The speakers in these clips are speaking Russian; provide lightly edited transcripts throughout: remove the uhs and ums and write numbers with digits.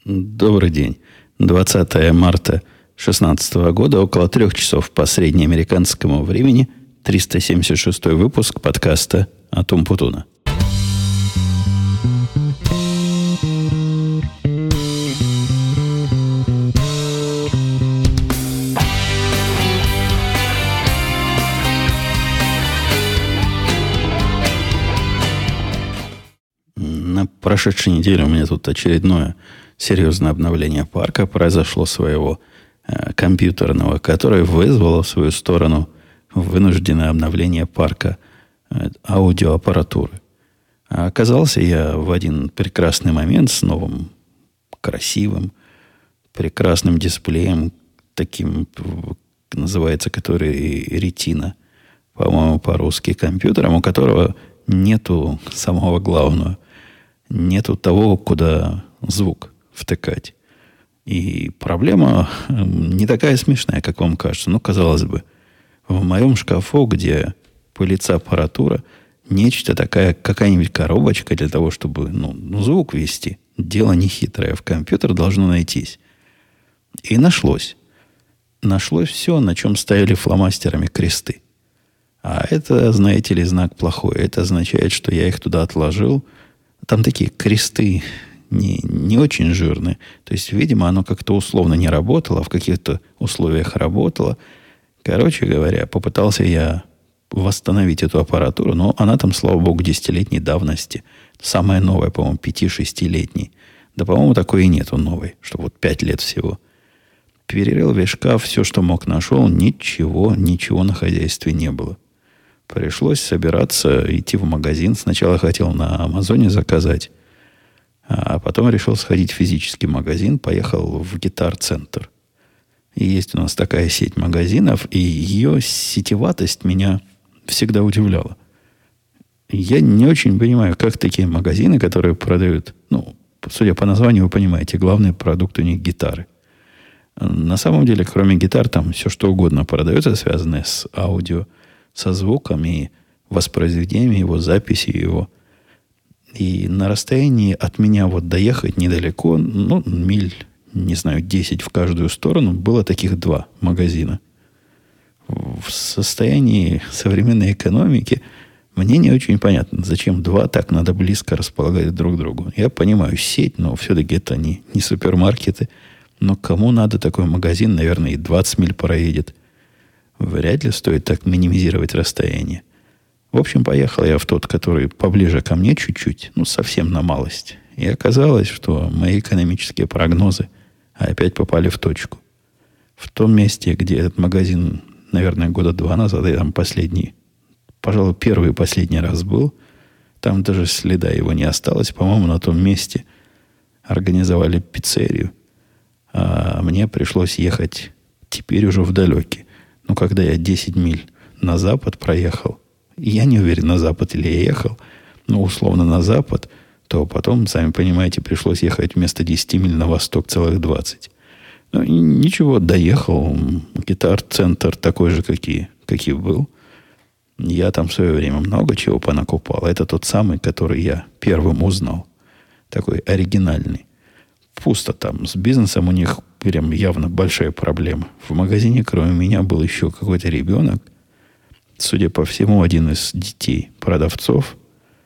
Добрый день. 20 марта 2016 года, около 3 часов по среднеамериканскому времени, 376 выпуск подкаста «Атум Путуна». На прошедшей неделе у меня тут очередное серьезное обновление парка произошло своего компьютерного, которое вызвало в свою сторону вынужденное обновление парка аудиоаппаратуры. А оказался я в один прекрасный момент с новым, красивым, прекрасным дисплеем, таким, называется, который ретина, по-моему, по-русски, компьютером, у которого нету самого главного. Нету того, куда звук втыкать. И проблема не такая смешная, как вам кажется. Ну, казалось бы, в моем шкафу, где пылится аппаратура, нечто такая, какая-нибудь коробочка для того, чтобы звук вести. Дело нехитрое. В компьютер должно найтись. И нашлось. Нашлось все, на чем ставили фломастерами кресты. А это, знаете ли, знак плохой. Это означает, что я их туда отложил. Там такие кресты не очень жирные. То есть, видимо, оно как-то условно не работало, в каких-то условиях работало. Короче говоря, попытался я восстановить эту аппаратуру, но она там, слава богу, 10-летней давности. Самая новая, по-моему, 5-6-летней. Да, по-моему, такой и нету новой, что вот 5 лет всего. Перерыл весь шкаф, все, что мог, нашел. Ничего на хозяйстве не было. Пришлось собираться, идти в магазин. Сначала хотел на Амазоне заказать, а потом решил сходить в физический магазин. Поехал в Гитар-центр. И есть у нас такая сеть магазинов, и ее сетеватость меня всегда удивляла. Я не очень понимаю, как такие магазины, которые продают, судя по названию, вы понимаете, главный продукт у них гитары. На самом деле, кроме гитар, там все что угодно продается, связанное с аудио, со звуком и воспроизведением его, записью его. И на расстоянии от меня вот доехать недалеко, миль, не знаю, 10 в каждую сторону, было таких 2 магазина. В состоянии современной экономики мне не очень понятно, зачем 2 так надо близко располагать друг к другу. Я понимаю сеть, но все-таки это не супермаркеты. Но кому надо такой магазин, наверное, и 20 миль проедет. Вряд ли стоит так минимизировать расстояние. В общем, поехал я в тот, который поближе ко мне чуть-чуть, совсем на малость. И оказалось, что мои экономические прогнозы опять попали в точку. В том месте, где этот магазин, наверное, года 2 назад, я там первый и последний раз был, там даже следа его не осталось. По-моему, на том месте организовали пиццерию. А мне пришлось ехать теперь уже в далекий. Когда я 10 миль на запад проехал, я не уверен, на запад или я ехал, условно на запад, то потом, сами понимаете, пришлось ехать вместо 10 миль на восток целых 20. Ничего, доехал. Гитар-центр такой же, какие был. Я там в свое время много чего понакупал. Это тот самый, который я первым узнал. Такой оригинальный. Пусто там. С бизнесом у них прям явно большая проблема. В магазине, кроме меня, был еще какой-то ребенок. Судя по всему, один из детей продавцов.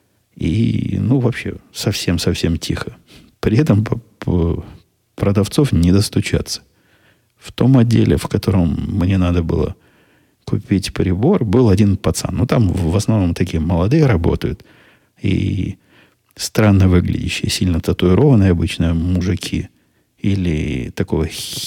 И, вообще, совсем-совсем тихо. При этом продавцов не достучаться. В том отделе, в котором мне надо было купить прибор, был один пацан. Там в основном такие молодые работают. И странно выглядящие, сильно татуированные обычно мужики или такого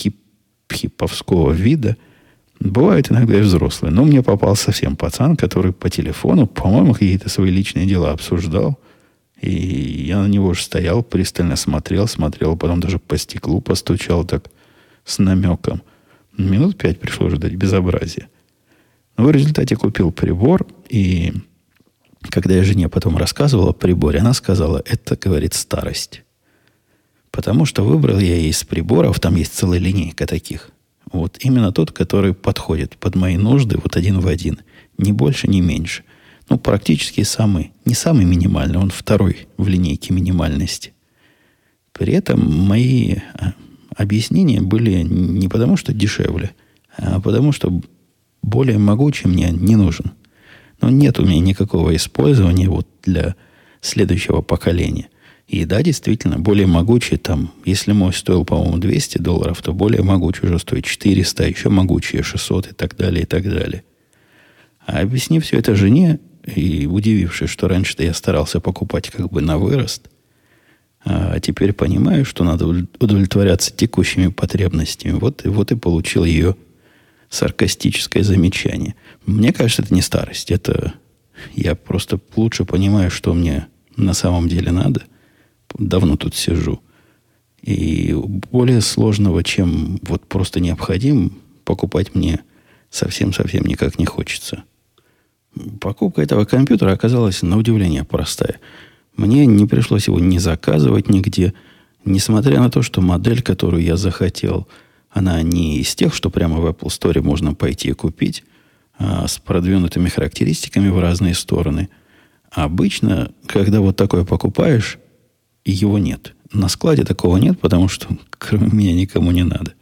хиповского вида. Бывают иногда и взрослые. Но мне попался совсем пацан, который по телефону, по-моему, какие-то свои личные дела обсуждал. И я на него уже стоял, пристально смотрел, потом даже по стеклу постучал так с намеком. Минут 5 пришлось ждать, безобразие. Но в результате купил прибор, и когда я жене потом рассказывал о приборе, она сказала, это, говорит, старость. Потому что выбрал я из приборов, там есть целая линейка таких. Вот именно тот, который подходит под мои нужды, вот один в один. Ни больше, ни меньше. Практически самый, не самый минимальный, он второй в линейке минимальности. При этом мои объяснения были не потому, что дешевле, а потому, что более могучий мне не нужен. Но нет у меня никакого использования вот для следующего поколения. И да, действительно, более могучий там, если мой стоил, по-моему, $200, то более могучий уже стоит 400, еще могучие 600 и так далее, и так далее. А объяснив все это жене, и удивившись, что раньше-то я старался покупать как бы на вырост, а теперь понимаю, что надо удовлетворяться текущими потребностями. Вот и получил ее саркастическое замечание. Мне кажется, это не старость. Это я просто лучше понимаю, что мне на самом деле надо. Давно тут сижу. И более сложного, чем вот просто необходим, покупать мне совсем-совсем никак не хочется. Покупка этого компьютера оказалась на удивление простая. Мне не пришлось его ни заказывать нигде, несмотря на то, что модель, которую я захотел, она не из тех, что прямо в Apple Store можно пойти и купить, а с продвинутыми характеристиками в разные стороны. А обычно, когда вот такое покупаешь, его нет. На складе такого нет, потому что кроме меня никому не надо.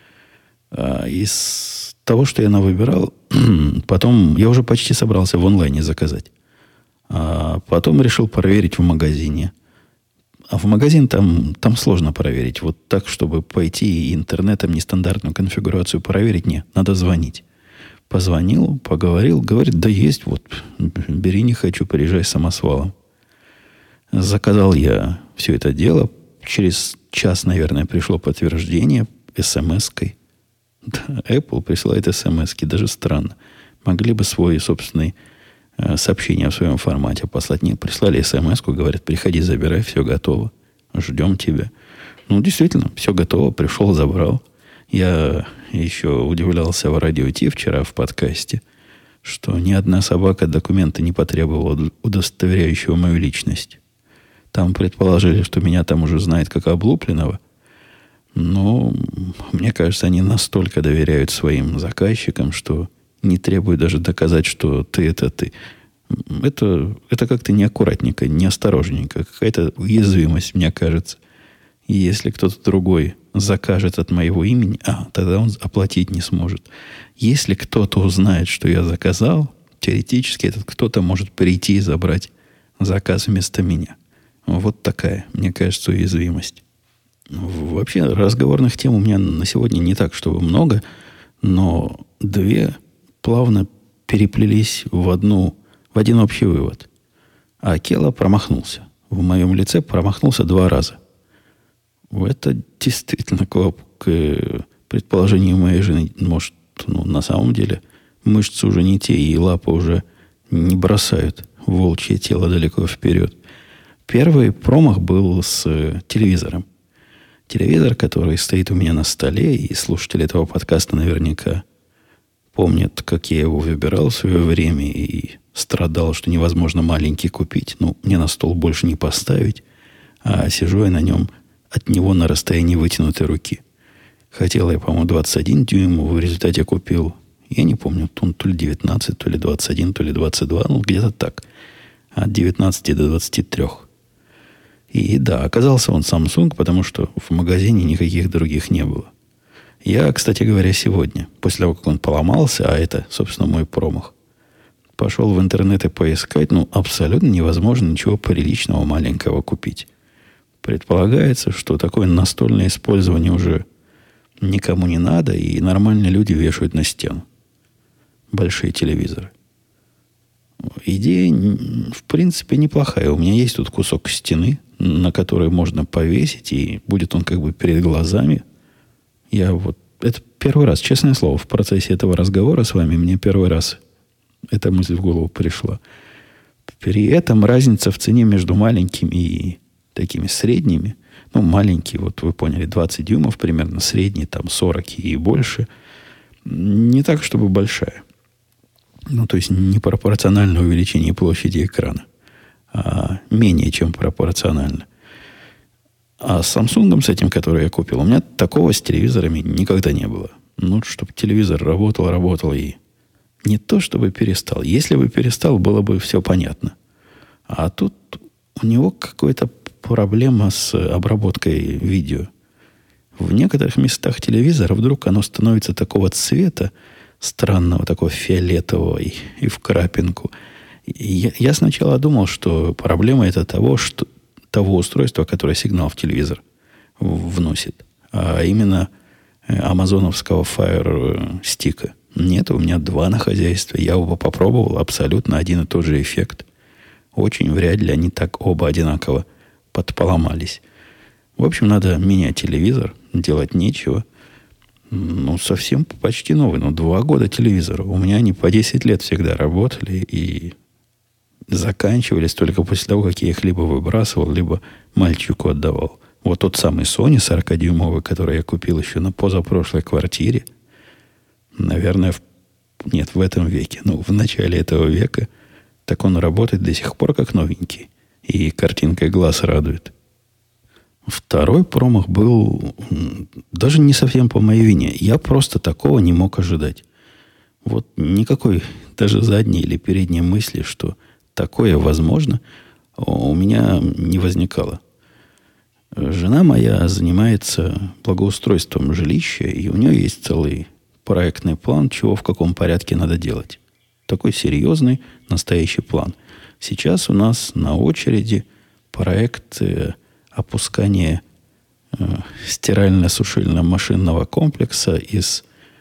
Из того, что я навыбирал, потом я уже почти собрался в онлайне заказать. А потом решил проверить в магазине. А в магазин там сложно проверить. Вот так, чтобы пойти и интернетом нестандартную конфигурацию проверить, нет, надо звонить. Позвонил, поговорил, говорит, да есть, вот, бери, не хочу, приезжай самосвалом. Заказал я все это дело. Через час, наверное, пришло подтверждение смс-кой. Да, Apple присылает смс-ки, даже странно. Могли бы свой собственный сообщение в своем формате послать. Нет, прислали смс-ку, говорят, приходи, забирай, все готово. Ждем тебя. Ну, действительно, все готово. Пришел, забрал. Я еще удивлялся в радио Ти вчера в подкасте, что ни одна собака документа не потребовала, удостоверяющего мою личность. Там предположили, что меня там уже знают как облупленного. Но, мне кажется, они настолько доверяют своим заказчикам, что не требует даже доказать, что ты это ты. Это как-то неаккуратненько, неосторожненько. Какая-то уязвимость, мне кажется. И если кто-то другой закажет от моего имени, тогда он оплатить не сможет. Если кто-то узнает, что я заказал, теоретически этот кто-то может прийти и забрать заказ вместо меня. Вот такая, мне кажется, уязвимость. Вообще, разговорных тем у меня на сегодня не так, чтобы много, но две плавно переплелись в один общий вывод. А Акела промахнулся. В моем лице промахнулся 2 раза. Это действительно к предположению моей жены, может, на самом деле мышцы уже не те, и лапы уже не бросают волчье тело далеко вперед. Первый промах был с телевизором. Телевизор, который стоит у меня на столе, и слушатели этого подкаста наверняка помнят, как я его выбирал в свое время и страдал, что невозможно маленький купить. Мне на стол больше не поставить, а сижу я на нем от него на расстоянии вытянутой руки. Хотел я, по-моему, 21 дюймов, в результате купил, я не помню, то ли 19, то ли 21, то ли 22, где-то так. От 19 до 23. И да, оказался он Samsung, потому что в магазине никаких других не было. Я, кстати говоря, сегодня, после того, как он поломался, а это, собственно, мой промах, пошел в интернет и поискать, абсолютно невозможно ничего приличного маленького купить. Предполагается, что такое настольное использование уже никому не надо, и нормальные люди вешают на стену большие телевизоры. Идея, в принципе, неплохая. У меня есть тут кусок стены, на который можно повесить, и будет он как бы перед глазами. Это первый раз, честное слово, в процессе этого разговора с вами мне первый раз эта мысль в голову пришла. При этом разница в цене между маленькими и такими средними, маленькие, вот вы поняли, 20 дюймов примерно, средний, там 40 и больше, не так, чтобы большая. То есть не пропорционально увеличению площади экрана, а менее чем пропорционально. А с Samsung, с этим, который я купил, у меня такого с телевизорами никогда не было. Чтобы телевизор работал и не то, чтобы перестал. Если бы перестал, было бы все понятно. А тут у него какое-то проблема с обработкой видео. В некоторых местах телевизора вдруг оно становится такого цвета, странного, такого фиолетового и в крапинку. И я сначала думал, что проблема это того устройства, которое сигнал в телевизор вносит. А именно амазоновского Fire Stick. Нет, у меня 2 на хозяйстве. Я оба попробовал, абсолютно один и тот же эффект. Очень вряд ли они так оба одинаково поломались. В общем, надо менять телевизор, делать нечего. Ну, совсем почти новый. 2 года телевизора. У меня они по 10 лет всегда работали и заканчивались только после того, как я их либо выбрасывал, либо мальчику отдавал. Вот тот самый Sony 40-дюймовый, который я купил еще на позапрошлой квартире, наверное, в этом веке. В начале этого века. Так он работает до сих пор как новенький. И картинкой глаз радует. Второй промах был даже не совсем по моей вине. Я просто такого не мог ожидать. Вот никакой даже задней или передней мысли, что такое возможно, у меня не возникало. Жена моя занимается благоустройством жилища, и у нее есть целый проектный план, чего в каком порядке надо делать. Такой серьезный, настоящий план. Сейчас у нас на очереди проект опускания стирально-сушильно-машинного комплекса из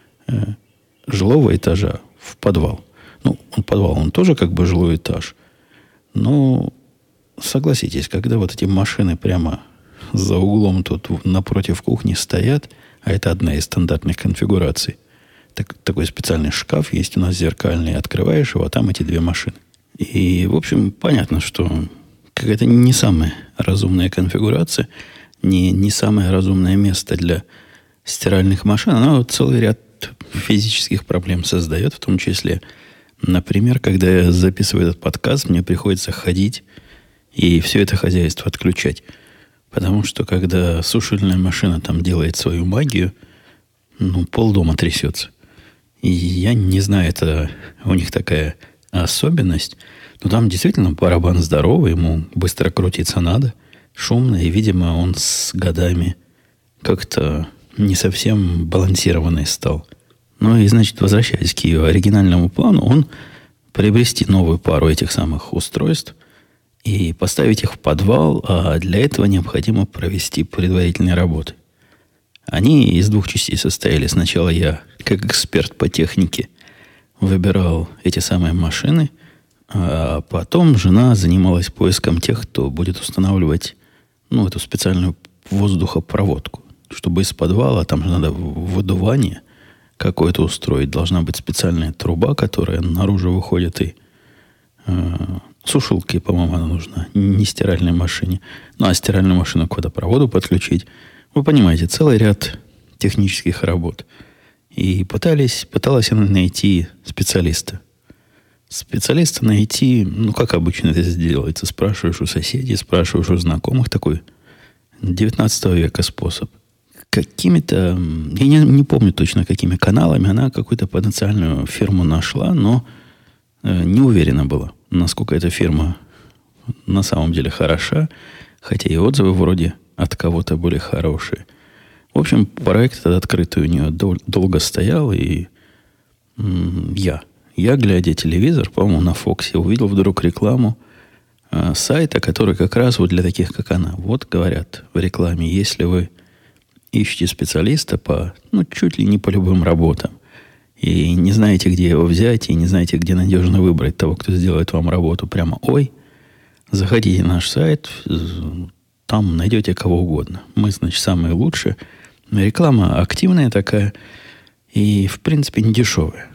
жилого этажа в подвал. Подвал, он тоже как бы жилой этаж. Но согласитесь, когда вот эти машины прямо за углом тут напротив кухни стоят, а это одна из стандартных конфигураций, такой специальный шкаф есть у нас зеркальный, открываешь его, а там эти 2 машины. И, в общем, понятно, что какая-то не самая разумная конфигурация, не самое разумное место для стиральных машин. Она целый ряд физических проблем создает, в том числе, например, когда я записываю этот подкаст, мне приходится ходить и все это хозяйство отключать. Потому что, когда сушильная машина там делает свою магию, полдома трясется. И я не знаю, это у них такая особенность. Но там действительно барабан здоровый, ему быстро крутиться надо, шумно, и, видимо, он с годами как-то не совсем балансированный стал. И, значит, возвращаясь к ее оригинальному плану, он приобрести новую пару этих самых устройств и поставить их в подвал, а для этого необходимо провести предварительные работы. Они из 2 частей состояли. Сначала я, как эксперт по технике, выбирал эти самые машины, а потом жена занималась поиском тех, кто будет устанавливать эту специальную воздухопроводку. Чтобы из подвала, там же надо выдувание какое-то устроить. Должна быть специальная труба, которая наружу выходит, и сушилки, по-моему, она нужна. Не стиральной машине. А стиральную машину к водопроводу подключить. Вы понимаете, целый ряд технических работ. И пыталась она найти специалиста. Специалиста найти, как обычно это делается. Спрашиваешь у соседей, спрашиваешь у знакомых. Такой 19 века способ. Какими-то, я не помню точно, какими каналами, она какую-то потенциальную фирму нашла, но не уверена была, насколько эта фирма на самом деле хороша, хотя и отзывы вроде от кого-то были хорошие. В общем, проект этот открытый у нее долго стоял, и я, глядя телевизор, по-моему, на Фоксе, увидел вдруг рекламу сайта, который как раз вот для таких, как она. Вот говорят в рекламе, если вы ищете специалиста по, чуть ли не по любым работам, и не знаете, где его взять, и не знаете, где надежно выбрать того, кто сделает вам работу прямо заходите на наш сайт, там найдете кого угодно. Мы, значит, самые лучшие. Реклама активная такая и, в принципе, не дешевая.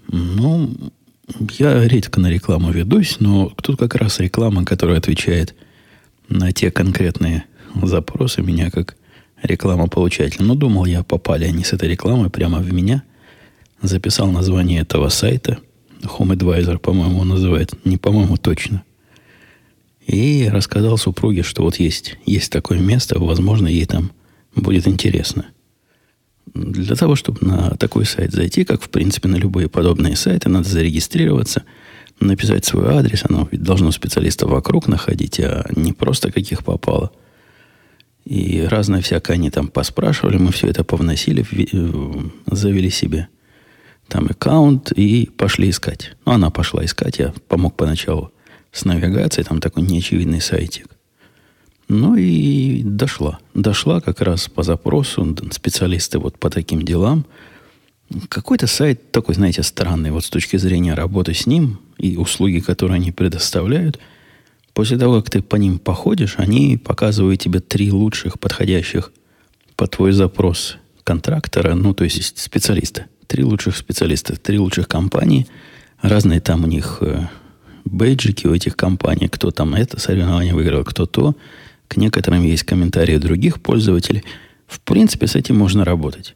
Я редко на рекламу ведусь, но тут как раз реклама, которая отвечает на те конкретные запросы меня как реклама-получатель. Думал я, попали они с этой рекламой прямо в меня. Записал название этого сайта. Home Advisor, по-моему, он называет. Не по-моему, точно. И рассказал супруге, что вот есть такое место, возможно, ей там будет интересно. Для того, чтобы на такой сайт зайти, как, в принципе, на любые подобные сайты, надо зарегистрироваться, написать свой адрес. Оно ведь должно специалистов вокруг находить, а не просто каких попало – И разное всякое они там поспрашивали. Мы все это повносили, завели себе там аккаунт и пошли искать. Ну, она пошла искать. Я помог поначалу с навигацией. Там такой неочевидный сайтик. Ну и дошла. Дошла как раз по запросу. Специалисты вот по таким делам. Какой-то сайт такой, знаете, странный. Вот с точки зрения работы с ним и услуги, которые они предоставляют. После того, как ты по ним походишь, они показывают тебе 3 лучших подходящих под твой запрос контрактора, ну, то есть специалиста. 3 лучших специалиста, 3 лучших компании. Разные там у них бейджики у этих компаний. Кто там это соревнование выиграл, кто то. К некоторым есть комментарии других пользователей. В принципе, с этим можно работать.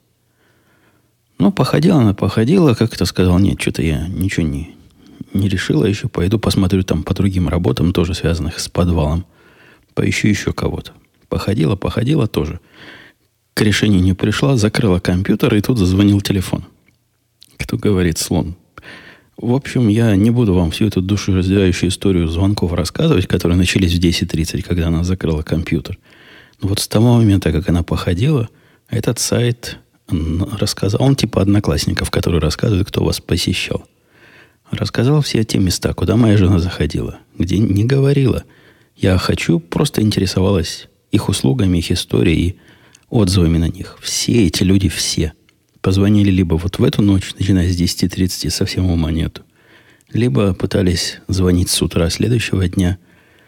Ну, походила она, походила. Как-то сказал, нет, что-то я ничего не решила еще. Пойду посмотрю там по другим работам, тоже связанных с подвалом. Поищу еще кого-то. Походила тоже. К решению не пришла, закрыла компьютер, и тут зазвонил телефон. Кто говорит, слон. В общем, я не буду вам всю эту душераздирающую историю звонков рассказывать, которые начались в 10:30, когда она закрыла компьютер. Но вот с того момента, как она походила, этот сайт рассказал, он типа одноклассников, которые рассказывают, кто вас посещал. Рассказал все те места, куда моя жена заходила, где не говорила. Я хочу, просто интересовалась их услугами, их историей и отзывами на них. Все эти люди, все позвонили либо вот в эту ночь, начиная с 10:30, совсем ума нету, либо пытались звонить с утра следующего дня.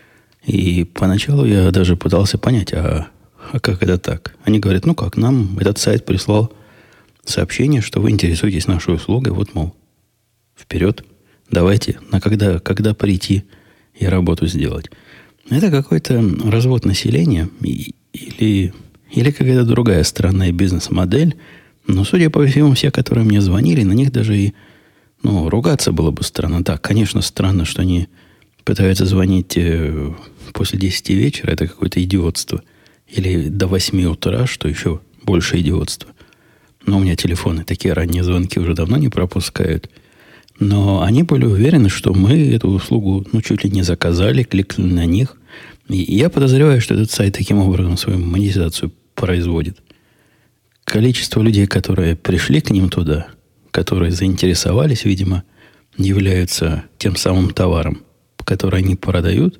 И поначалу я даже пытался понять, а как это так? Они говорят, ну как, нам этот сайт прислал сообщение, что вы интересуетесь нашей услугой, вот, мол, вперед, давайте, когда прийти и работу сделать. Это какой-то развод населения или какая-то другая странная бизнес-модель. Но, судя по всему, все, которые мне звонили, на них даже и ругаться было бы странно. Да, конечно, странно, что они пытаются звонить после 10 вечера. Это какое-то идиотство. Или до 8 утра, что еще больше идиотства. Но у меня телефоны такие ранние звонки уже давно не пропускают. Но они были уверены, что мы эту услугу чуть ли не заказали, кликнули на них. И я подозреваю, что этот сайт таким образом свою монетизацию производит. Количество людей, которые пришли к ним туда, которые заинтересовались, видимо, являются тем самым товаром, который они продают.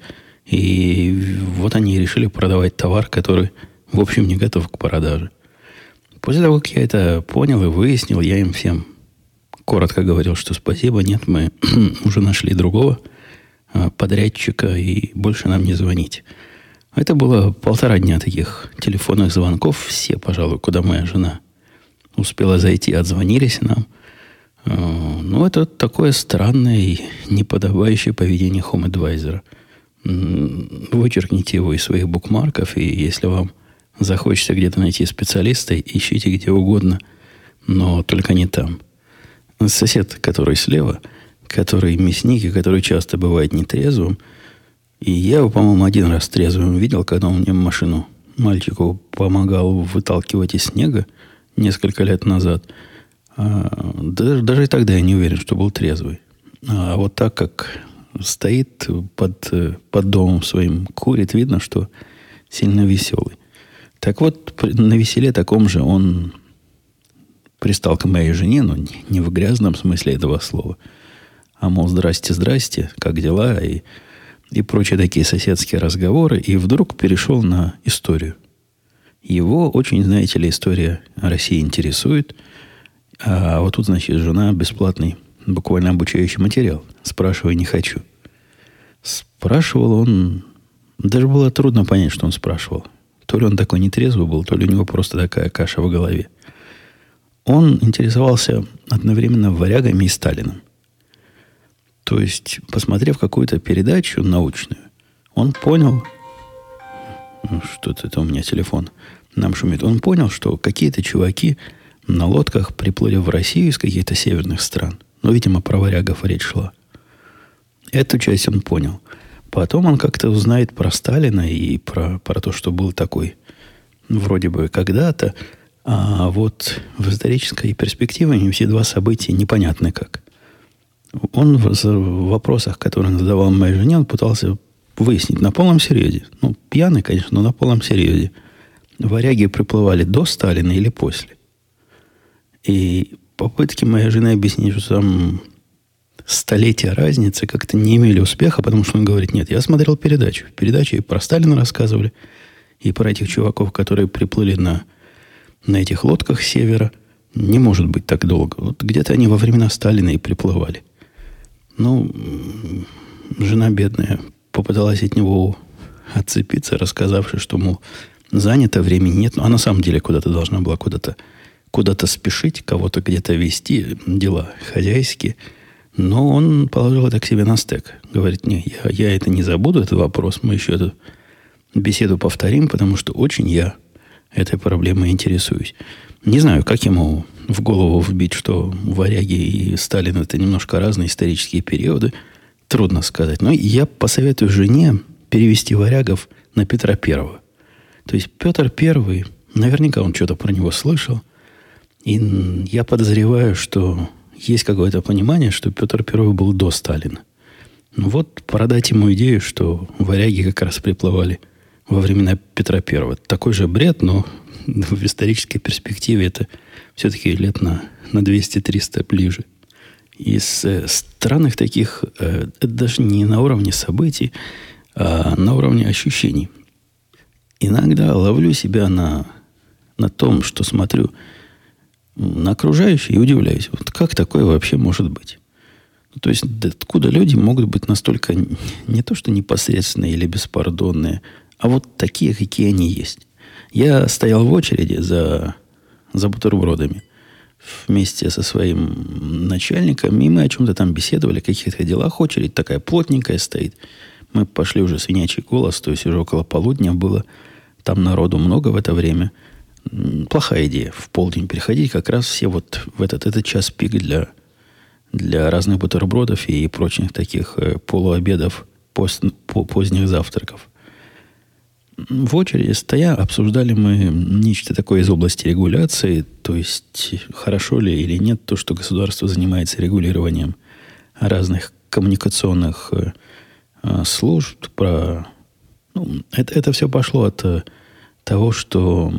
И вот они решили продавать товар, который, в общем, не готов к продаже. После того, как я это понял и выяснил, я им всем коротко говорил, что спасибо, нет, мы уже нашли другого подрядчика, и больше нам не звонить. Это было 1,5 дня таких телефонных звонков. Все, пожалуй, куда моя жена успела зайти, отзвонились нам. Ну, это такое странное и неподобающее поведение HomeAdvisor. Вычеркните его из своих букмарков, и если вам захочется где-то найти специалиста, ищите где угодно, но только не там. Сосед, который слева, который мясник, и который часто бывает нетрезвым, и я его, по-моему, 1 раз трезвым видел, когда он мне машину мальчику помогал выталкивать из снега несколько лет назад. Даже и тогда я не уверен, что был трезвый. А вот так как стоит под домом своим, курит, видно, что сильно веселый. Так вот, на веселе таком же он пристал к моей жене, но не в грязном смысле этого слова, а, мол, здрасте, здрасте, как дела, и прочие такие соседские разговоры, и вдруг перешел на историю. Его очень, знаете ли, история России интересует, а вот тут, значит, жена бесплатный, буквально обучающий материал. Спрашиваю, не хочу. Спрашивал он, даже было трудно понять, что он спрашивал. То ли он такой нетрезвый был, то ли у него просто такая каша в голове. Он интересовался одновременно варягами и Сталиным. То есть, посмотрев какую-то передачу научную, он понял, что-то это у меня телефон нам шумит, он понял, что какие-то чуваки на лодках приплыли в Россию из каких-то северных стран. Ну, видимо, про варягов речь шла. Эту часть он понял. Потом он как-то узнает про Сталина и про то, что был такой вроде бы когда-то. А вот в исторической перспективе все 2 события непонятны как. Он в вопросах, которые он задавал моей жене, он пытался выяснить на полном серьезе. Ну, пьяный, конечно, но на полном серьезе. варяги приплывали до Сталина или после. И попытки моей жены объяснить, что там столетия разницы, как-то не имели успеха, потому что он говорит, нет, я смотрел передачу. В передаче и про Сталина рассказывали, и про этих чуваков, которые приплыли на этих лодках с севера. Не может быть так долго. Вот где-то они во времена Сталина и приплывали. Ну, жена бедная попыталась от него отцепиться, рассказавши, что, мол, занято, времени нет. А на самом деле куда-то должна была куда-то спешить, кого-то где-то вести, дела хозяйские. Но он положил это к себе на стек. Говорит, не, я это не забуду, этот вопрос. Мы еще эту беседу повторим, потому что очень я этой проблемой интересуюсь. Не знаю, как ему в голову вбить, что варяги и Сталин это немножко разные исторические периоды. Трудно сказать. Но я посоветую жене перевести варягов на Петра Первого. То есть Петр Первый, наверняка он что-то про него слышал. И я подозреваю, что есть какое-то понимание, что Петр Первый был до Сталина. Ну вот, продать ему идею, что варяги как раз приплывали во времена Петра Первого. Такой же бред, но в исторической перспективе это все-таки лет на 200-300 ближе. Из странных таких, это даже не на уровне событий, а на уровне ощущений. Иногда ловлю себя на том, что смотрю на окружающие и удивляюсь. Вот как такое вообще может быть? То есть, откуда люди могут быть настолько не то что непосредственные или беспардонные, а вот такие, какие они есть. Я стоял в очереди за бутербродами вместе со своим начальником, и мы о чем-то там беседовали, о каких-то делах. Очередь такая плотненькая стоит. Мы пошли уже свинячий голос, то есть уже около полудня было. Там народу много в это время. Плохая идея в полдень приходить. Как раз все вот в этот час пик для разных бутербродов и прочих таких полуобедов, поздних завтраков. В очереди стоя, обсуждали мы нечто такое из области регуляции, то есть хорошо ли или нет то, что государство занимается регулированием разных коммуникационных служб. Это все пошло от того, что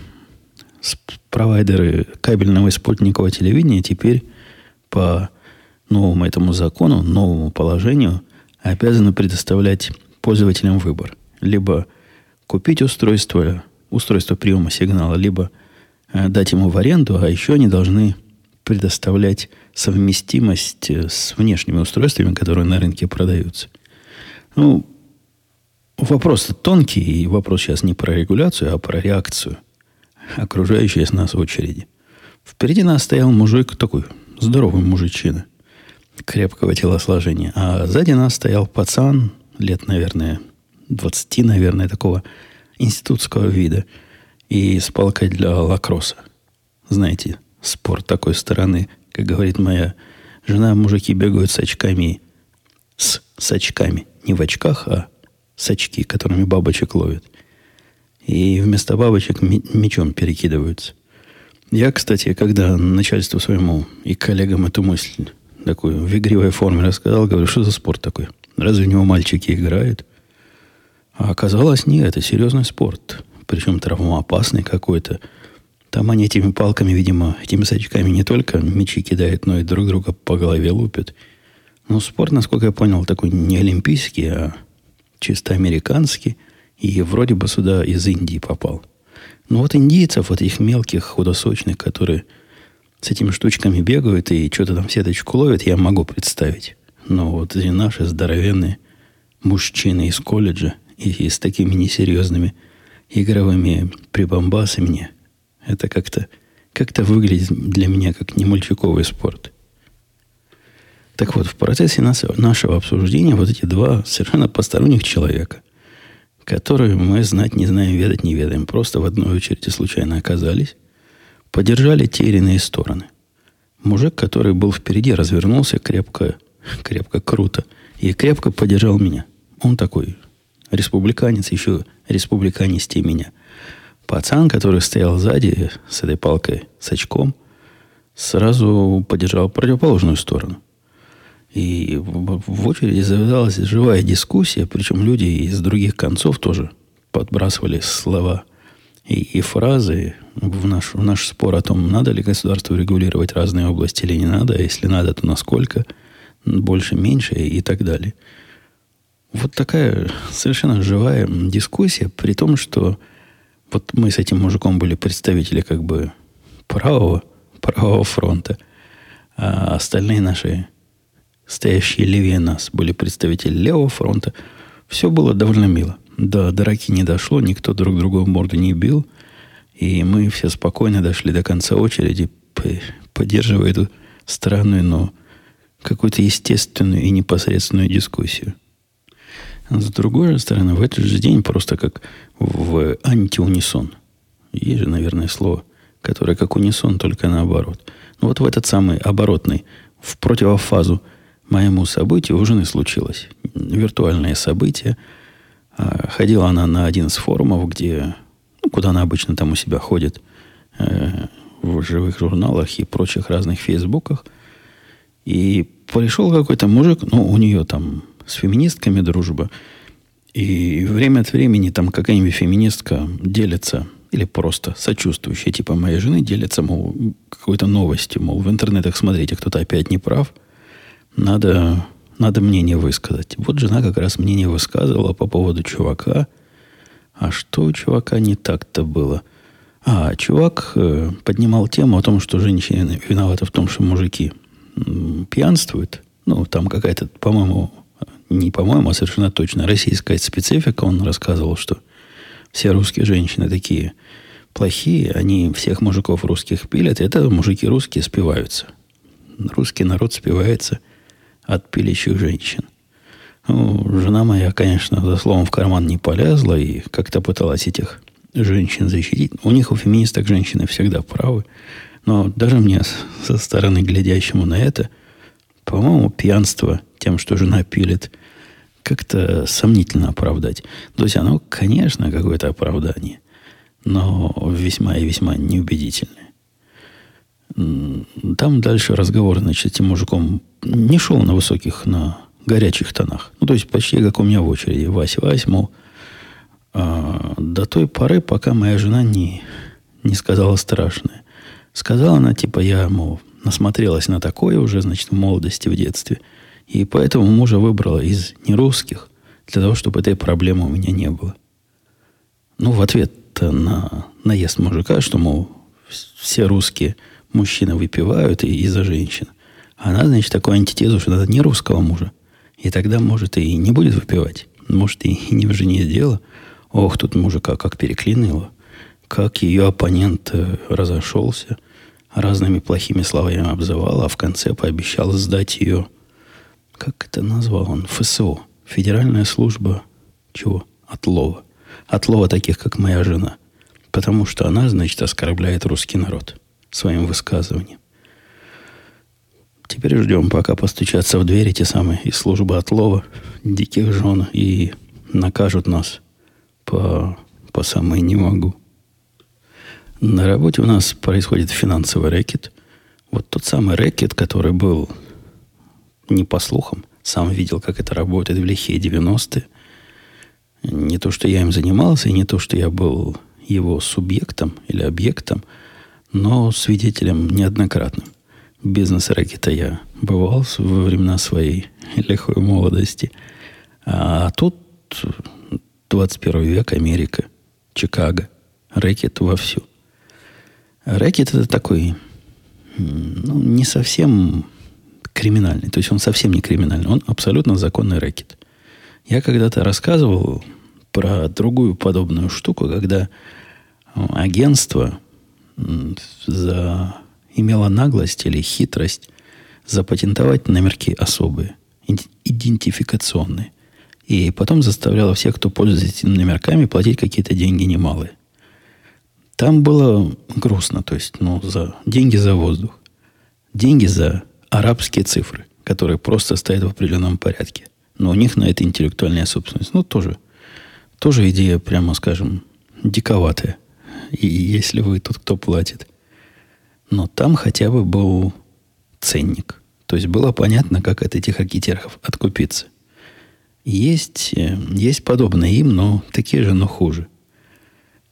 провайдеры кабельного и спутникового телевидения теперь по новому этому закону, новому положению обязаны предоставлять пользователям выбор. Либо купить устройство приема сигнала, либо дать ему в аренду, а еще они должны предоставлять совместимость с внешними устройствами, которые на рынке продаются. Ну, вопрос тонкий, и вопрос сейчас не про регуляцию, а про реакцию окружающей с нас очереди. Впереди нас стоял мужик такой, здоровый мужичина, крепкого телосложения, а сзади нас стоял пацан, лет, наверное, 20, наверное, такого институтского вида, и с палкой для лакросса. Знаете, спорт такой стороны, как говорит моя жена, мужики бегают с очками, с очками, не в очках, а с очки, которыми бабочек ловят. И вместо бабочек мечом перекидываются. Я, кстати, когда начальству своему и коллегам эту мысль такую в игривой форме рассказал, говорю, что за спорт такой? Разве в него мальчики играют? А оказалось, нет, это серьезный спорт. Причем травмоопасный какой-то. Там они этими палками, видимо, этими сачками не только мячи кидают, но и друг друга по голове лупят. Но спорт, насколько я понял, такой не олимпийский, а чисто американский. И вроде бы сюда из Индии попал. Но вот индийцев, вот этих мелких, худосочных, которые с этими штучками бегают и что-то там сеточку ловят, я могу представить. Но вот эти наши здоровенные мужчины из колледжа и с такими несерьезными игровыми прибамбасами, это как-то выглядит для меня как не мальчиковый спорт. Так вот, в процессе нашего обсуждения вот эти два совершенно посторонних человека, которые мы знать не знаем, ведать не ведаем, просто в одной очереди случайно оказались, поддержали те или иные стороны. Мужик, который был впереди, развернулся крепко, круто, и крепко поддержал меня. Он такой республиканец, еще республиканистее меня. Пацан, который стоял сзади с этой палкой, с очком, сразу поддержал противоположную сторону. И в очереди завязалась живая дискуссия, причем люди из других концов тоже подбрасывали слова и фразы в наш спор о том, надо ли государству регулировать разные области или не надо, а если надо, то насколько, больше, меньше и так далее. Вот такая совершенно живая дискуссия, при том, что вот мы с этим мужиком были представители как бы правого фронта, а остальные наши, стоящие левее нас, были представители левого фронта. Все было довольно мило. До драки не дошло, никто друг друга в морду не бил. И мы все спокойно дошли до конца очереди, поддерживая эту странную, но какую-то естественную и непосредственную дискуссию. С другой же стороны, в этот же день просто как в антиунисон. Есть же, наверное, слово, которое как унисон, только наоборот. Но вот в этот самый оборотный, в противофазу моему событию у жены случилось. Виртуальное событие. Ходила она на один из форумов, где, куда она обычно там у себя ходит, в живых журналах и прочих разных фейсбуках. И пришел какой-то мужик, у нее там с феминистками дружба. И время от времени там какая-нибудь феминистка делится, или просто сочувствующая, типа моей жены, делится, мол, какой-то новостью, мол, в интернетах смотрите, кто-то опять не прав. Надо мнение высказать. Вот жена как раз мнение высказывала по поводу чувака. А что у чувака не так-то было? Чувак поднимал тему о том, что женщины виноваты в том, что мужики пьянствуют. Там какая-то, а совершенно точно российская специфика. Он рассказывал, что все русские женщины такие плохие, они всех мужиков русских пилят, и это мужики русские спиваются. Русский народ спивается от пилящих женщин. Жена моя, конечно, за словом в карман не полезла и как-то пыталась этих женщин защитить. У них, у феминисток, женщины всегда правы. Но даже мне, со стороны глядящему на это, по-моему, пьянство тем, что жена пилит, как-то сомнительно оправдать. То есть оно, конечно, какое-то оправдание, но весьма и весьма неубедительное. Там дальше разговор, с этим мужиком не шел на высоких, на горячих тонах. То есть почти как у меня в очереди. Вась, мол, до той поры, пока моя жена не сказала страшное. Сказала она, типа, я, мол, насмотрелась на такое уже, в молодости, в детстве. И поэтому мужа выбрала из нерусских, для того, чтобы этой проблемы у меня не было. В ответ-то на наезд мужика, что, мол, все русские мужчины выпивают из-за женщин. Она, такую антитезу, что надо не русского мужа. И тогда, может, и не будет выпивать. Может, и не в жене дело. Ох, тут мужика как переклинило. Как ее оппонент разошелся. Разными плохими словами обзывал, а в конце пообещал сдать ее. Как это назвал он? ФСО. Федеральная служба чего? Отлова. Отлова таких, как моя жена. Потому что она, оскорбляет русский народ своим высказыванием. Теперь ждем, пока постучатся в двери те самые из службы отлова диких жен и накажут нас по самой не могу. На работе у нас происходит финансовый рэкет. Вот тот самый рэкет, который был не по слухам, сам видел, как это работает в лихие 90-е. Не то, что я им занимался, и не то, что я был его субъектом или объектом, но свидетелем неоднократным. Бизнес-рэкета я бывал во времена своей лихой молодости. А тут 21 век, Америка, Чикаго. Рэкет вовсю. Рэкет это такой, не совсем криминальный. То есть он совсем не криминальный. Он абсолютно законный рэкет. Я когда-то рассказывал про другую подобную штуку, когда агентство имело наглость или хитрость запатентовать номерки особые, идентификационные. И потом заставляло всех, кто пользуется этими номерками, платить какие-то деньги немалые. Там было грустно, то есть, деньги за воздух. Деньги за арабские цифры, которые просто стоят в определенном порядке. Но у них на это интеллектуальная собственность. Тоже идея, прямо скажем, диковатая. И если вы тот, кто платит. Но там хотя бы был ценник. То есть было понятно, как от этих ракетиров откупиться. Есть подобные им, но такие же, но хуже.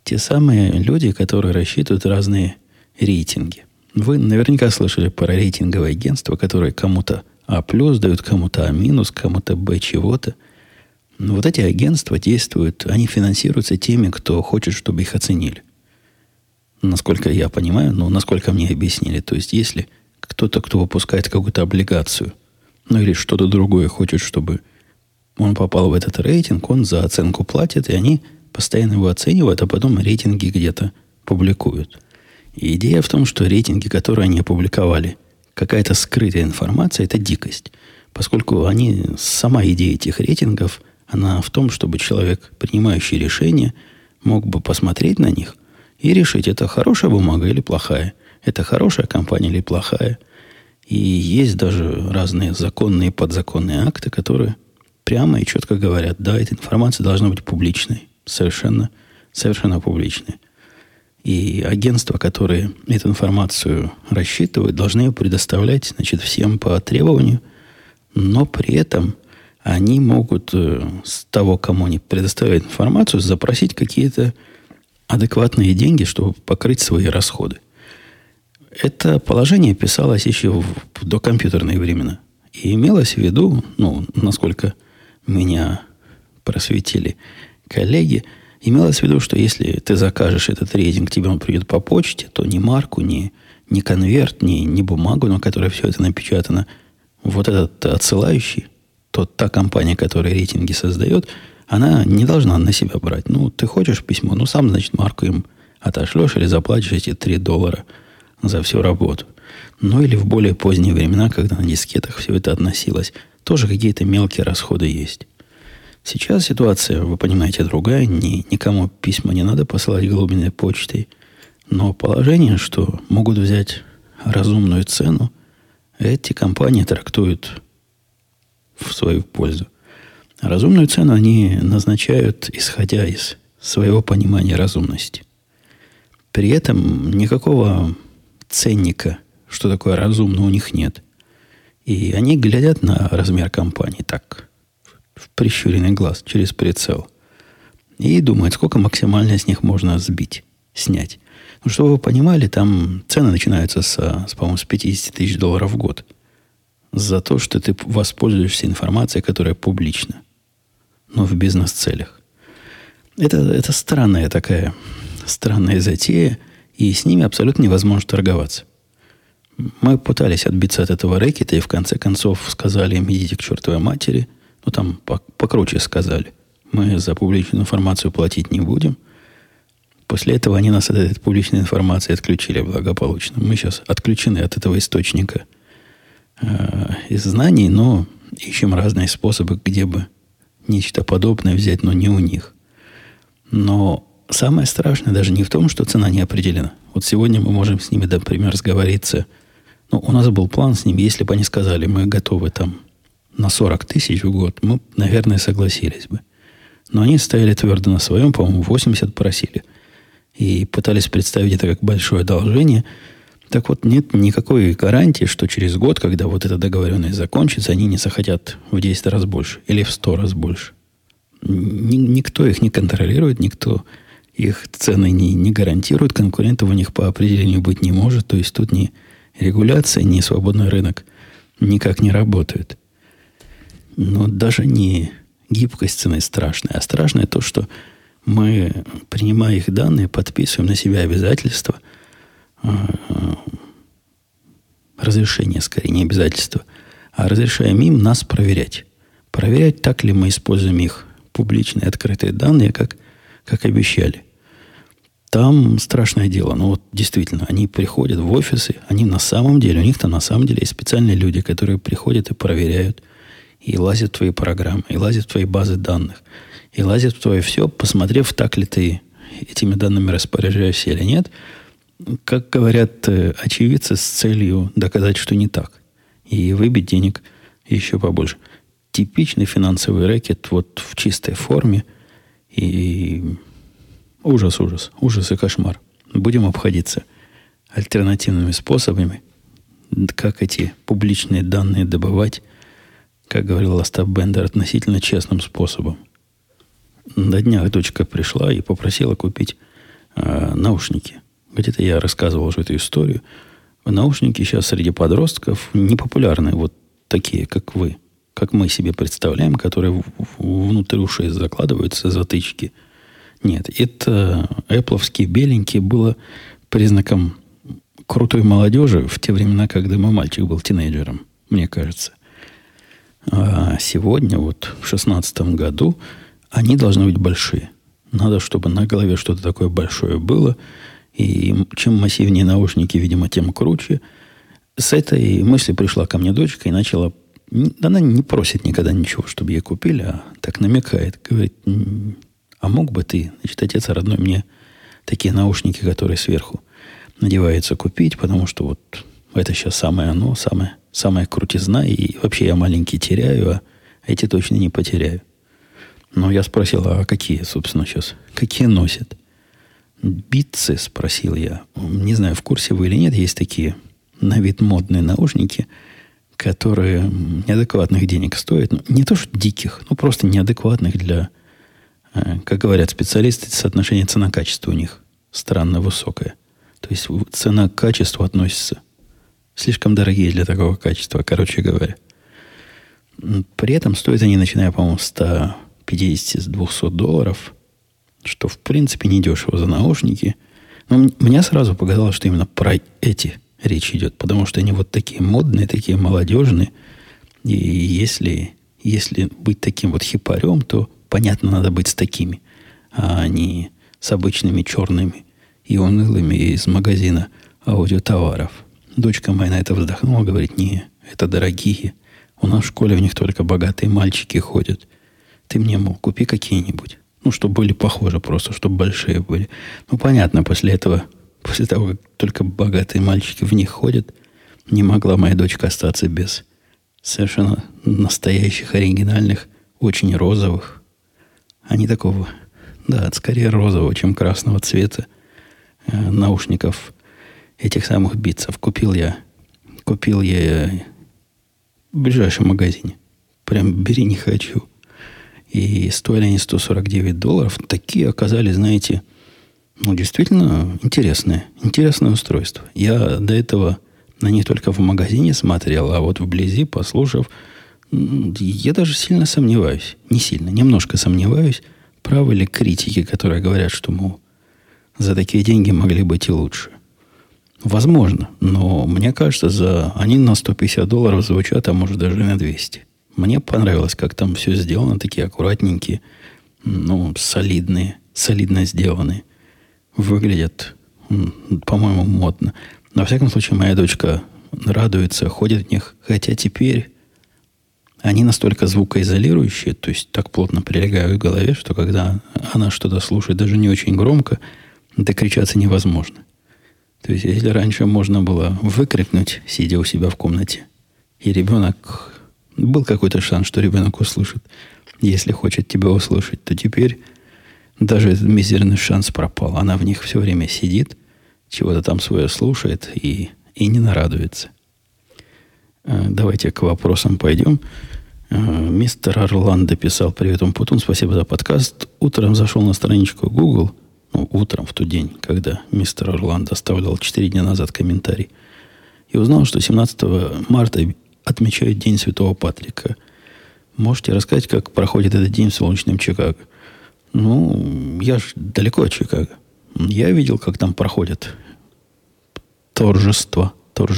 Те самые люди, которые рассчитывают разные рейтинги. Вы наверняка слышали про рейтинговые агентства, которые кому-то А+, дают кому-то А-, кому-то Б чего-то. Но вот эти агентства действуют, они финансируются теми, кто хочет, чтобы их оценили. Насколько я понимаю, насколько мне объяснили. То есть, если кто-то, кто выпускает какую-то облигацию, или что-то другое хочет, чтобы он попал в этот рейтинг, он за оценку платит, и они постоянно его оценивают, а потом рейтинги где-то публикуют. И идея в том, что рейтинги, которые они опубликовали, какая-то скрытая информация, это дикость. Поскольку сама идея этих рейтингов, она в том, чтобы человек, принимающий решения, мог бы посмотреть на них и решить, это хорошая бумага или плохая, это хорошая компания или плохая. И есть даже разные законные и подзаконные акты, которые прямо и четко говорят, да, эта информация должна быть публичной, совершенно публичной. И агентства, которые эту информацию рассчитывают, должны ее предоставлять, всем по требованию, но при этом они могут с того, кому они предоставляют информацию, запросить какие-то адекватные деньги, чтобы покрыть свои расходы. Это положение писалось еще в докомпьютерные времена. И имелось в виду, насколько меня просветили коллеги, имелось в виду, что если ты закажешь этот рейтинг, тебе он придет по почте, то ни марку, ни конверт, ни бумагу, на которой все это напечатано, вот этот отсылающий, та компания, которая рейтинги создает, она не должна на себя брать. Ты хочешь письмо, сам, марку им отошлешь или заплатишь эти $3 за всю работу. Или в более поздние времена, когда на дискетах все это относилось, тоже какие-то мелкие расходы есть. Сейчас ситуация, вы понимаете, другая. Никому письма не надо посылать голубиной почтой. Но положение, что могут взять разумную цену, эти компании трактуют в свою пользу. Разумную цену они назначают, исходя из своего понимания разумности. При этом никакого ценника, что такое разумно, у них нет. И они глядят на размер компании так, в прищуренный глаз, через прицел. И думают, сколько максимально с них можно снять. Чтобы вы понимали, там цены начинаются по-моему, с $50 тысяч в год. За то, что ты воспользуешься информацией, которая публична. Но в бизнес-целях. Это странная затея, и с ними абсолютно невозможно торговаться. Мы пытались отбиться от этого рэкета, и в конце концов сказали им, идите к чертовой матери. Там покруче сказали. Мы за публичную информацию платить не будем. После этого они нас от этой публичной информации отключили благополучно. Мы сейчас отключены от этого источника из знаний, но ищем разные способы, где бы нечто подобное взять, но не у них. Но самое страшное даже не в том, что цена не определена. Вот сегодня мы можем с ними, например, сговориться. У нас был план с ними, если бы они сказали, мы готовы на 40 тысяч в год, мы, наверное, согласились бы. Но они стояли твердо на своем, по-моему, 80 просили. И пытались представить это как большое одолжение. Так вот, нет никакой гарантии, что через год, когда вот эта договоренность закончится, они не захотят в 10 раз больше или в 100 раз больше. Никто их не контролирует, никто их цены не гарантирует, конкурентов у них по определению быть не может. То есть тут ни регуляция, ни свободный рынок никак не работают. Но даже не гибкость цены страшная, а страшное то, что мы, принимая их данные, подписываем на себя обязательства, разрешение, скорее, не обязательства, а разрешаем им нас проверять. Проверять, так ли мы используем их публичные открытые данные, как обещали. Там страшное дело. Действительно, они приходят в офисы, у них-то на самом деле есть специальные люди, которые приходят и проверяют, и лазят в твои программы, и лазят в твои базы данных, и лазят в твое все, посмотрев, так ли ты этими данными распоряжаешься или нет. Как говорят очевидцы, с целью доказать, что не так. И выбить денег еще побольше. Типичный финансовый рэкет в чистой форме. И ужас и кошмар. Будем обходиться альтернативными способами, как эти публичные данные добывать, как говорил Остап Бендер, относительно честным способом. На днях дочка пришла и попросила купить Наушники. Где-то я рассказывал уже эту историю. Наушники сейчас среди подростков непопулярны. Вот такие, как вы. Как мы себе представляем, которые внутрь ушей закладываются, затычки. Нет, это Apple-овские беленькие было признаком крутой молодежи в те времена, когда мой мальчик был тинейджером, мне кажется. А сегодня, вот в 2016 году, они должны быть большие. Надо, чтобы на голове что-то такое большое было. И чем массивнее наушники, видимо, тем круче. С этой мысли пришла ко мне дочка и начала... Она не просит никогда ничего, чтобы ей купили, а так намекает. Говорит, а мог бы ты, значит, отец родной, мне такие наушники, которые сверху надеваются, купить, потому что вот это сейчас самое оно, самая крутизна, и вообще я маленький теряю, а эти точно не потеряю. Но я спросил, а какие, собственно, сейчас? Какие носят? Битсы, спросил я. Не знаю, в курсе вы или нет, есть такие на вид модные наушники, которые неадекватных денег стоят. Ну, не то, что диких, но просто неадекватных для, как говорят специалисты, соотношение цена-качество у них странно высокое. То есть цена к качеству относится слишком дорогие для такого качества, короче говоря. При этом стоят они, начиная, по-моему, с 150, с $200, что, в принципе, недешево за наушники. Но мне сразу показалось, что именно про эти речь идет, потому что они вот такие модные, такие молодежные. И если быть таким вот хипарем, то, понятно, надо быть с такими, а не с обычными черными и унылыми из магазина аудиотоваров. Дочка моя на это вздохнула, говорит, не, это дорогие. У нас в школе в них только богатые мальчики ходят. Ты мне, мол, купи какие-нибудь. Ну, чтобы были похожи просто, чтобы большие были. Ну, понятно, после того, как только богатые мальчики в них ходят, не могла моя дочка остаться без совершенно настоящих, оригинальных, очень розовых. Они такого, да, скорее розового, чем красного цвета наушников этих самых битцев. Купил я в ближайшем магазине. Прям бери не хочу. И стоили они $149. Такие оказались, знаете, ну, действительно интересное устройство. Я до этого на них только в магазине смотрел, а вот вблизи, послушав, я даже сильно сомневаюсь. Не сильно, немножко сомневаюсь, правы ли критики, которые говорят, что, мол, за такие деньги могли быть и лучше. Возможно, но мне кажется, они на $150 звучат, а может даже на 200. Мне понравилось, как там все сделано, такие аккуратненькие, ну, солидно сделанные. Выглядят, по-моему, модно. Но, во всяком случае, моя дочка радуется, ходит в них, хотя теперь они настолько звукоизолирующие, то есть так плотно прилегают к голове, что когда она что-то слушает, даже не очень громко, докричаться невозможно. То есть, если раньше можно было выкрикнуть, сидя у себя в комнате, и ребенок... Был какой-то шанс, что ребенок услышит, если хочет тебя услышать, то теперь даже этот мизерный шанс пропал. Она в них все время сидит, чего-то там свое слушает и не нарадуется. Давайте к вопросам пойдем. Мистер Орландо писал: «Привет, Умпутун, спасибо за подкаст. Утром зашел на страничку Google, утром в тот день, когда мистер Орландо оставлял 4 дня назад комментарий, и узнал, что 17 марта отмечают День Святого Патрика. Можете рассказать, как проходит этот день в солнечном Чикаго?» Ну, я ж далеко от Чикаго. Я видел, как там проходят торжества,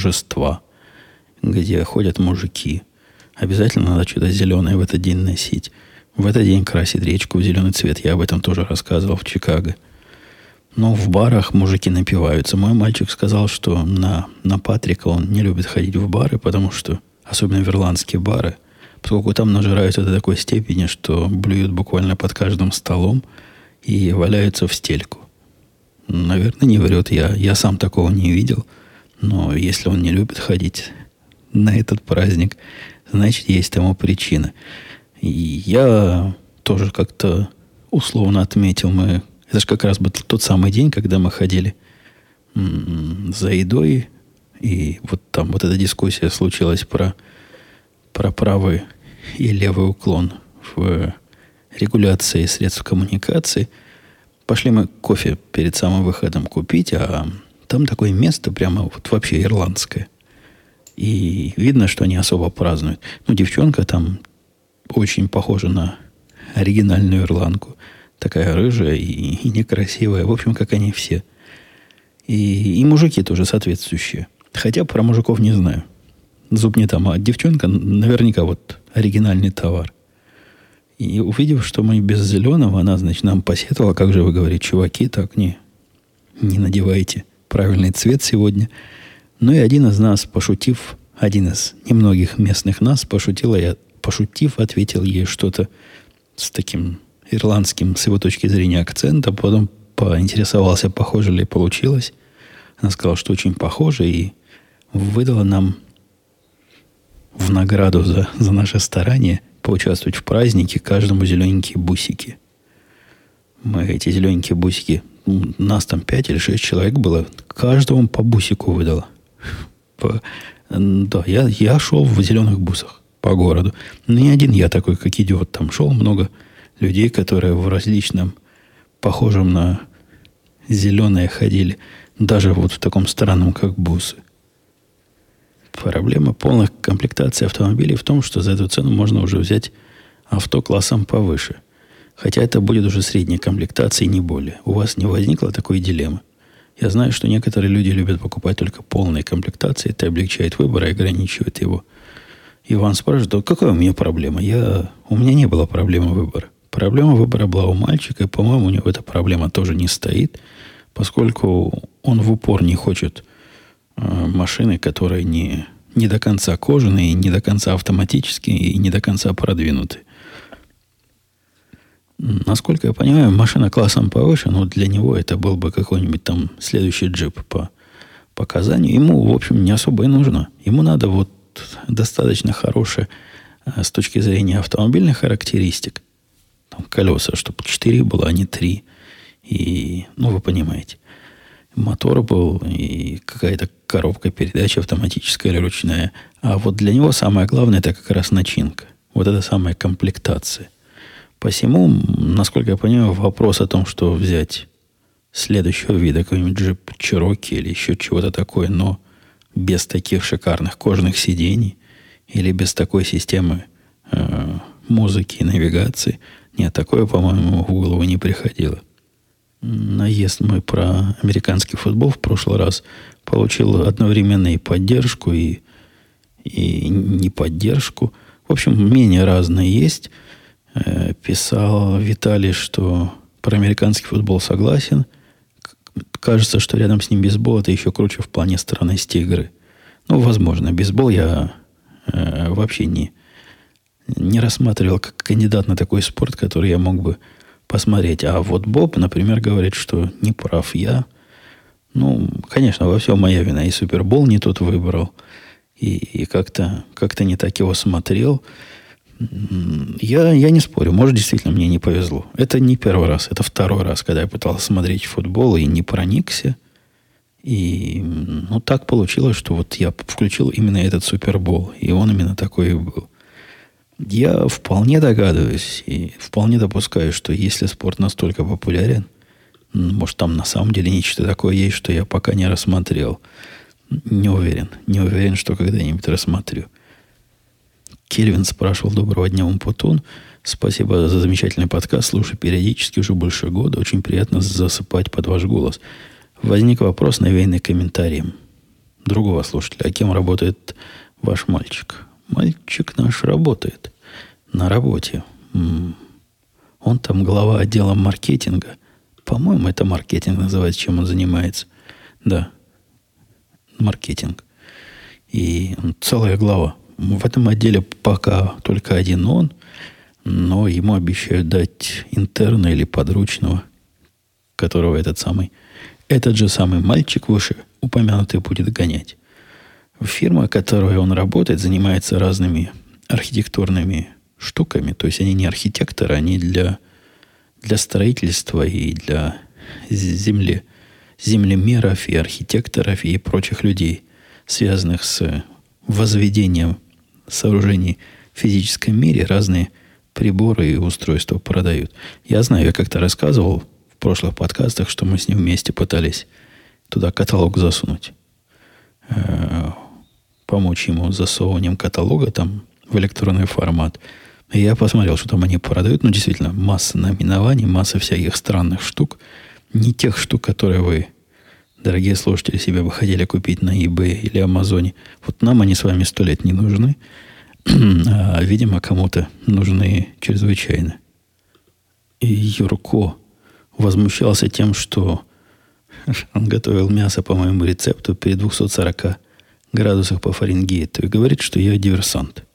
где ходят мужики. Обязательно надо что-то зеленое в этот день носить. В этот день красить речку в зеленый цвет. Я об этом тоже рассказывал в Чикаго. Но в барах мужики напиваются. Мой мальчик сказал, что на Патрика он не любит ходить в бары, потому что, особенно в ирландские бары, поскольку там нажираются до такой степени, что блюют буквально под каждым столом и валяются в стельку. Наверное, не врет. Я сам такого не видел. Но если он не любит ходить на этот праздник, значит, есть тому причина. И я тоже как-то условно отметил, это же как раз был тот самый день, когда мы ходили за едой, и вот там вот эта дискуссия случилась про правый и левый уклон в регуляции средств коммуникации. Пошли мы кофе перед самым выходом купить, а там такое место прямо вот вообще ирландское. И видно, что они особо празднуют. Ну, девчонка там очень похожа на оригинальную ирландку. Такая рыжая и некрасивая. В общем, как они все. И мужики тоже соответствующие. Хотя про мужиков не знаю. Зуб не там, а девчонка наверняка вот оригинальный товар. И увидев, что мы без зеленого, она, значит, нам посетовала, как же вы говорите, чуваки, так не надевайте правильный цвет сегодня. Ну и один из нас, пошутив, один из немногих местных нас, пошутив, ответил ей что-то с таким ирландским, с его точки зрения, акцентом. Потом поинтересовался, похоже ли получилось. Она сказала, что очень похоже, и выдала нам в награду за наше старание поучаствовать в празднике каждому зелененькие бусики. Мы эти зелененькие бусики, нас там 5 или 6 человек было, каждому по бусику выдала. Да, я шел в зеленых бусах по городу. Но не один я такой, как идиот. Там шел много людей, которые в различном, похожем на зеленое ходили. Даже вот в таком странном, как бусы. Проблема полной комплектации автомобилей в том, что за эту цену можно уже взять авто классом повыше. Хотя это будет уже средняя комплектация и не более. У вас не возникло такой дилеммы? Я знаю, что некоторые люди любят покупать только полные комплектации. Это облегчает выбор и ограничивает его. Иван спрашивает, какая у меня проблема? У меня не было проблемы выбора. Проблема выбора была у мальчика, и, по-моему, у него эта проблема тоже не стоит, поскольку он в упор не хочет машины, которые не до конца кожаные, не до конца автоматические и не до конца продвинуты. Насколько я понимаю, машина классом повыше, но для него это был бы какой-нибудь там следующий джип по показанию. Ему, в общем, не особо и нужно. Ему надо вот достаточно хорошее с точки зрения автомобильных характеристик. Там колеса, чтобы 4 было, а не 3. И, вы понимаете. Мотор был и какая-то коробка передач автоматическая или ручная. А вот для него самое главное, это как раз начинка. Вот это самая комплектация. Посему, насколько я понимаю, вопрос о том, что взять следующего вида какой-нибудь джип Cherokee или еще чего-то такое, но без таких шикарных кожаных сидений или без такой системы музыки и навигации. Нет, такое, по-моему, в голову не приходило. Наезд мой про американский футбол в прошлый раз получил одновременно и поддержку, и неподдержку. В общем, мнения разные есть. Писал Виталий, что про американский футбол согласен. Кажется, что рядом с ним бейсбол это еще круче в плане странности игры. Возможно, бейсбол я вообще не рассматривал как кандидат на такой спорт, который я мог бы посмотреть. А вот Боб, например, говорит, что не прав я. Конечно, во всем моя вина. И Супербол не тот выбрал. И как-то не так его смотрел. Я не спорю. Может, действительно, мне не повезло. Это не первый раз. Это второй раз, когда я пытался смотреть футбол и не проникся. И так получилось, что вот я включил именно этот Супербол. И он именно такой и был. Я вполне догадываюсь и вполне допускаю, что если спорт настолько популярен, может, там на самом деле нечто такое есть, что я пока не рассмотрел. Не уверен, что когда-нибудь рассмотрю. Кельвин спрашивал: доброго дня, Умпутун. Спасибо за замечательный подкаст. Слушаю периодически уже больше года. Очень приятно засыпать под ваш голос. Возник вопрос, навеянный комментарием другого слушателя. А кем работает ваш мальчик? Мальчик наш работает на работе. Он там глава отдела маркетинга. По-моему, это маркетинг называется, чем он занимается. Да, маркетинг. И целая глава. В этом отделе пока только один он, но ему обещают дать интерна или подручного, которого этот же самый мальчик выше упомянутый будет гонять. Фирма, в которой он работает, занимается разными архитектурными штуками. То есть они не архитекторы, они для строительства и для землемеров и архитекторов и прочих людей, связанных с возведением сооружений в физическом мире, разные приборы и устройства продают. Я знаю, я как-то рассказывал в прошлых подкастах, что мы с ним вместе пытались туда каталог засунуть. Помочь ему с засовыванием каталога там в электронный формат. И я посмотрел, что там они продают. Ну, действительно, масса наименований, масса всяких странных штук. Не тех штук, которые вы, дорогие слушатели, себе бы хотели купить на eBay или Амазоне. Вот нам они с вами 100 лет не нужны. А, видимо, кому-то нужны чрезвычайно. И Юрко возмущался тем, что он готовил мясо по моему рецепту при 240 градусах по Фаренгейту и говорит, что я диверсант.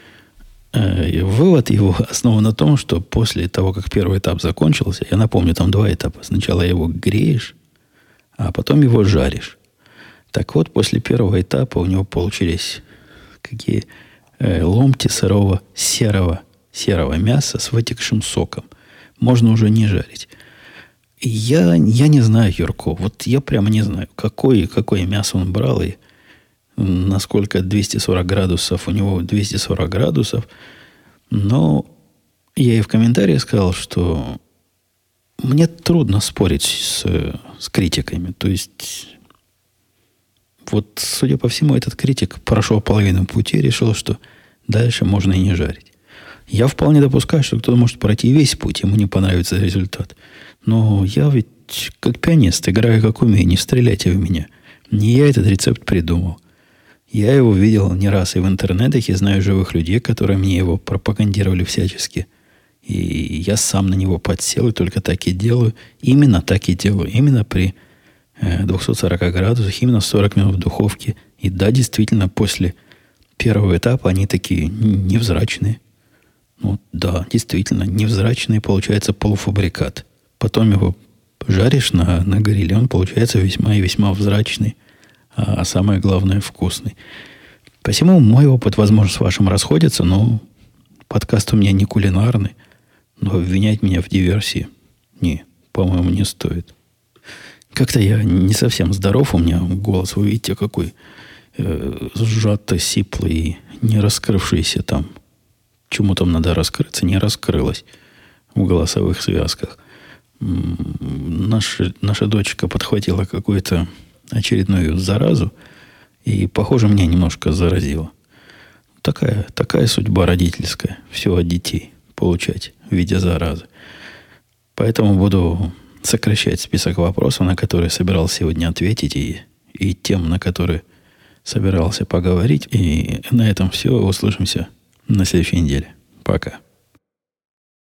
И вывод его основан на том, что после того, как первый этап закончился, я напомню, там 2 этапа. Сначала его греешь, а потом его жаришь. Так вот, после первого этапа у него получились какие ломти сырого серого мяса с вытекшим соком. Можно уже не жарить. И я не знаю, Юрко, вот я прямо не знаю, какое мясо он брал и насколько 240 градусов, у него 240 градусов. Но я и в комментариях сказал, что мне трудно спорить с критиками. То есть, вот, судя по всему, этот критик прошел половину пути и решил, что дальше можно и не жарить. Я вполне допускаю, что кто-то может пройти весь путь, ему не понравится результат. Но я ведь как пианист, играю как умею, не стреляйте в меня. Не я этот рецепт придумал. Я его видел не раз и в интернетах, и знаю живых людей, которые мне его пропагандировали всячески. И я сам на него подсел, и только так и делаю. Именно так и делаю. Именно при 240 градусах, именно 40 минут в духовке. И да, действительно, после первого этапа они такие невзрачные. Ну да, действительно, невзрачный получается полуфабрикат. Потом его жаришь на гриле, он получается весьма и весьма взрачный. А самое главное, вкусный. Посему мой опыт, возможно, с вашим расходится, но подкаст у меня не кулинарный. Но обвинять меня в диверсии, по-моему, не стоит. Как-то я не совсем здоров, у меня голос, вы видите, какой сжатый, сиплый и не раскрывшийся там. Чему там надо раскрыться, не раскрылось в голосовых связках. Наша дочка подхватила какую-то очередную заразу и, похоже, меня немножко заразила. Такая судьба родительская. Все от детей получать в виде заразы. Поэтому буду сокращать список вопросов, на которые собирался сегодня ответить, и тем, на которые собирался поговорить. И на этом все. Услышимся на следующей неделе. Пока.